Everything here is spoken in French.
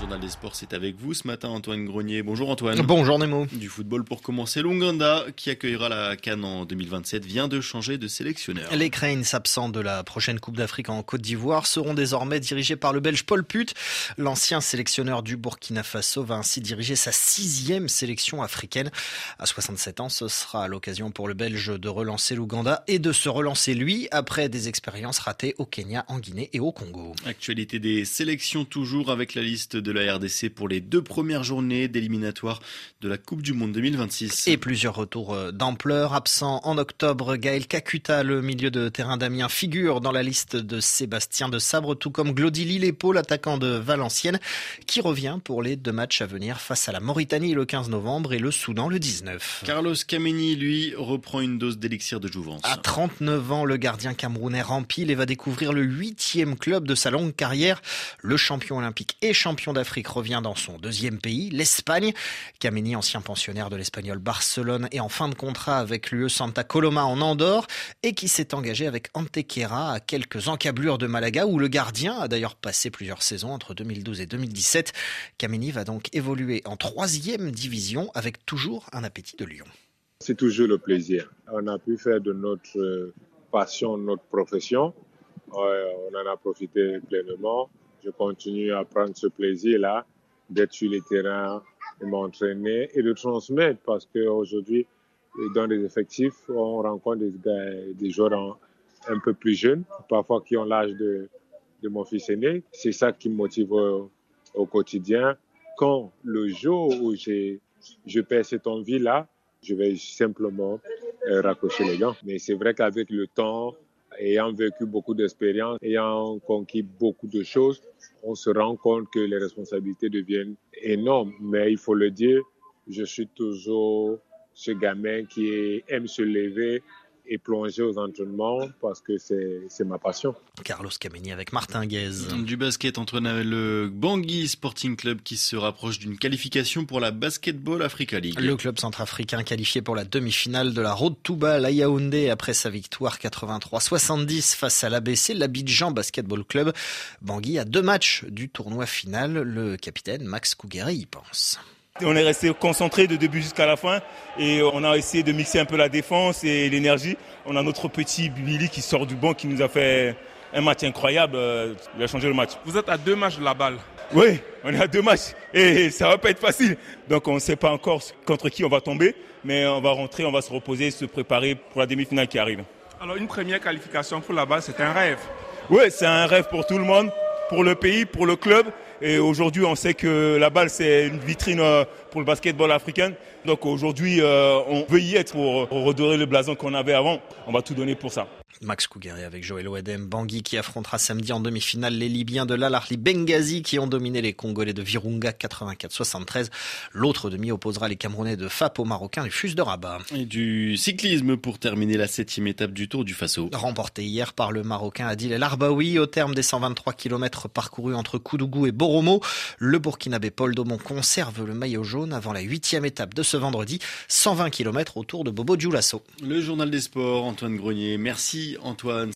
journal des sports, c'est avec vous ce matin, Antoine Grenier. Bonjour Antoine. Bonjour Nemo. Du football pour commencer, l'Ouganda, qui accueillera la CAN en 2027, vient de changer de sélectionneur. Les Cranes, absents de la prochaine Coupe d'Afrique en Côte d'Ivoire, seront désormais dirigés par le Belge Paul Put. L'ancien sélectionneur du Burkina Faso va ainsi diriger sa 6e sélection africaine. À 67 ans, ce sera l'occasion pour le Belge de relancer l'Ouganda et de se relancer lui après des expériences ratées au Kenya, en Guinée et au Congo. Actualité des sélections toujours avec la liste de la RDC pour les 2 premières journées d'éliminatoire de la Coupe du Monde 2026. Et plusieurs retours d'ampleur. Absent en octobre, Gaël Kakuta, le milieu de terrain d'Amiens, figure dans la liste de Sébastien de Sabre, tout comme Glody Lillepo, l'attaquant de Valenciennes, qui revient pour les 2 matchs à venir face à la Mauritanie le 15 novembre et le Soudan le 19. Carlos Kameni, lui, reprend une dose d'élixir de jouvence. À 39 ans, le gardien camerounais rempile et va découvrir le 8e club de sa longue carrière. Le champion olympique et champion d'Afrique revient dans son 2e pays, l'Espagne. Kameni, ancien pensionnaire de l'Espagnol Barcelone, est en fin de contrat avec l'UE Santa Coloma en Andorre et qui s'est engagé avec Antequera à quelques encablures de Malaga où le gardien a d'ailleurs passé plusieurs saisons entre 2012 et 2017. Kameni va donc évoluer en 3e division avec toujours un appétit de lion. C'est toujours le plaisir. On a pu faire de notre passion notre profession. On en a profité pleinement. Je continue à prendre ce plaisir-là, d'être sur les terrains, de m'entraîner et de transmettre parce qu'aujourd'hui, dans les effectifs, on rencontre des joueurs un peu plus jeunes, parfois qui ont l'âge de mon fils aîné. C'est ça qui me motive au quotidien. Quand le jour où je perds cette envie-là, je vais simplement raccrocher les gants. Mais c'est vrai qu'avec le temps, ayant vécu beaucoup d'expériences, ayant conquis beaucoup de choses, on se rend compte que les responsabilités deviennent énormes. Mais il faut le dire, je suis toujours ce gamin qui aime se lever et plonger aux entraînements parce que c'est ma passion. Carlos Kameni avec Martin Guez. Du basket, Antoine, le Bangui Sporting Club qui se rapproche d'une qualification pour la Basketball Africa League. Le club centrafricain qualifié pour la demi-finale de la Road to Bâle à Yaoundé après sa victoire 83-70 face à l'ABC, l'Abidjan Basketball Club. Bangui a 2 matchs du tournoi final. Le capitaine Max Kougere y pense. On est resté concentré de début jusqu'à la fin et on a essayé de mixer un peu la défense et l'énergie. On a notre petit Billy qui sort du banc qui nous a fait un match incroyable. Il a changé le match. Vous êtes à 2 matchs de la balle. Oui, on est à 2 matchs et ça va pas être facile. Donc on ne sait pas encore contre qui on va tomber, mais on va rentrer, on va se reposer, se préparer pour la demi-finale qui arrive. Alors une première qualification pour la balle, c'est un rêve. Oui, c'est un rêve pour tout le monde, pour le pays, pour le club. Et aujourd'hui, on sait que la balle, c'est une vitrine pour le basketball africain. Donc aujourd'hui, on veut y être pour redorer le blason qu'on avait avant. On va tout donner pour ça. Max Kougere avec Joël Ouedem. Bangui qui affrontera samedi en demi-finale les Libyens de l'Al Ahly Benghazi qui ont dominé les Congolais de Virunga 84-73. L'autre demi opposera les Camerounais de FAP aux Marocains du FUS de Rabat. Et du cyclisme pour terminer la 7e étape du Tour du Faso. Remporté hier par le Marocain Adil El Arbaoui au terme des 123 km parcourus entre Koudougou et Boromo. Le Burkinabé Paul Daumont conserve le maillot jaune avant la 8e étape de ce vendredi. 120 km autour de Bobo Dioulasso. Le journal des sports, Antoine Grenier. Merci Antoine.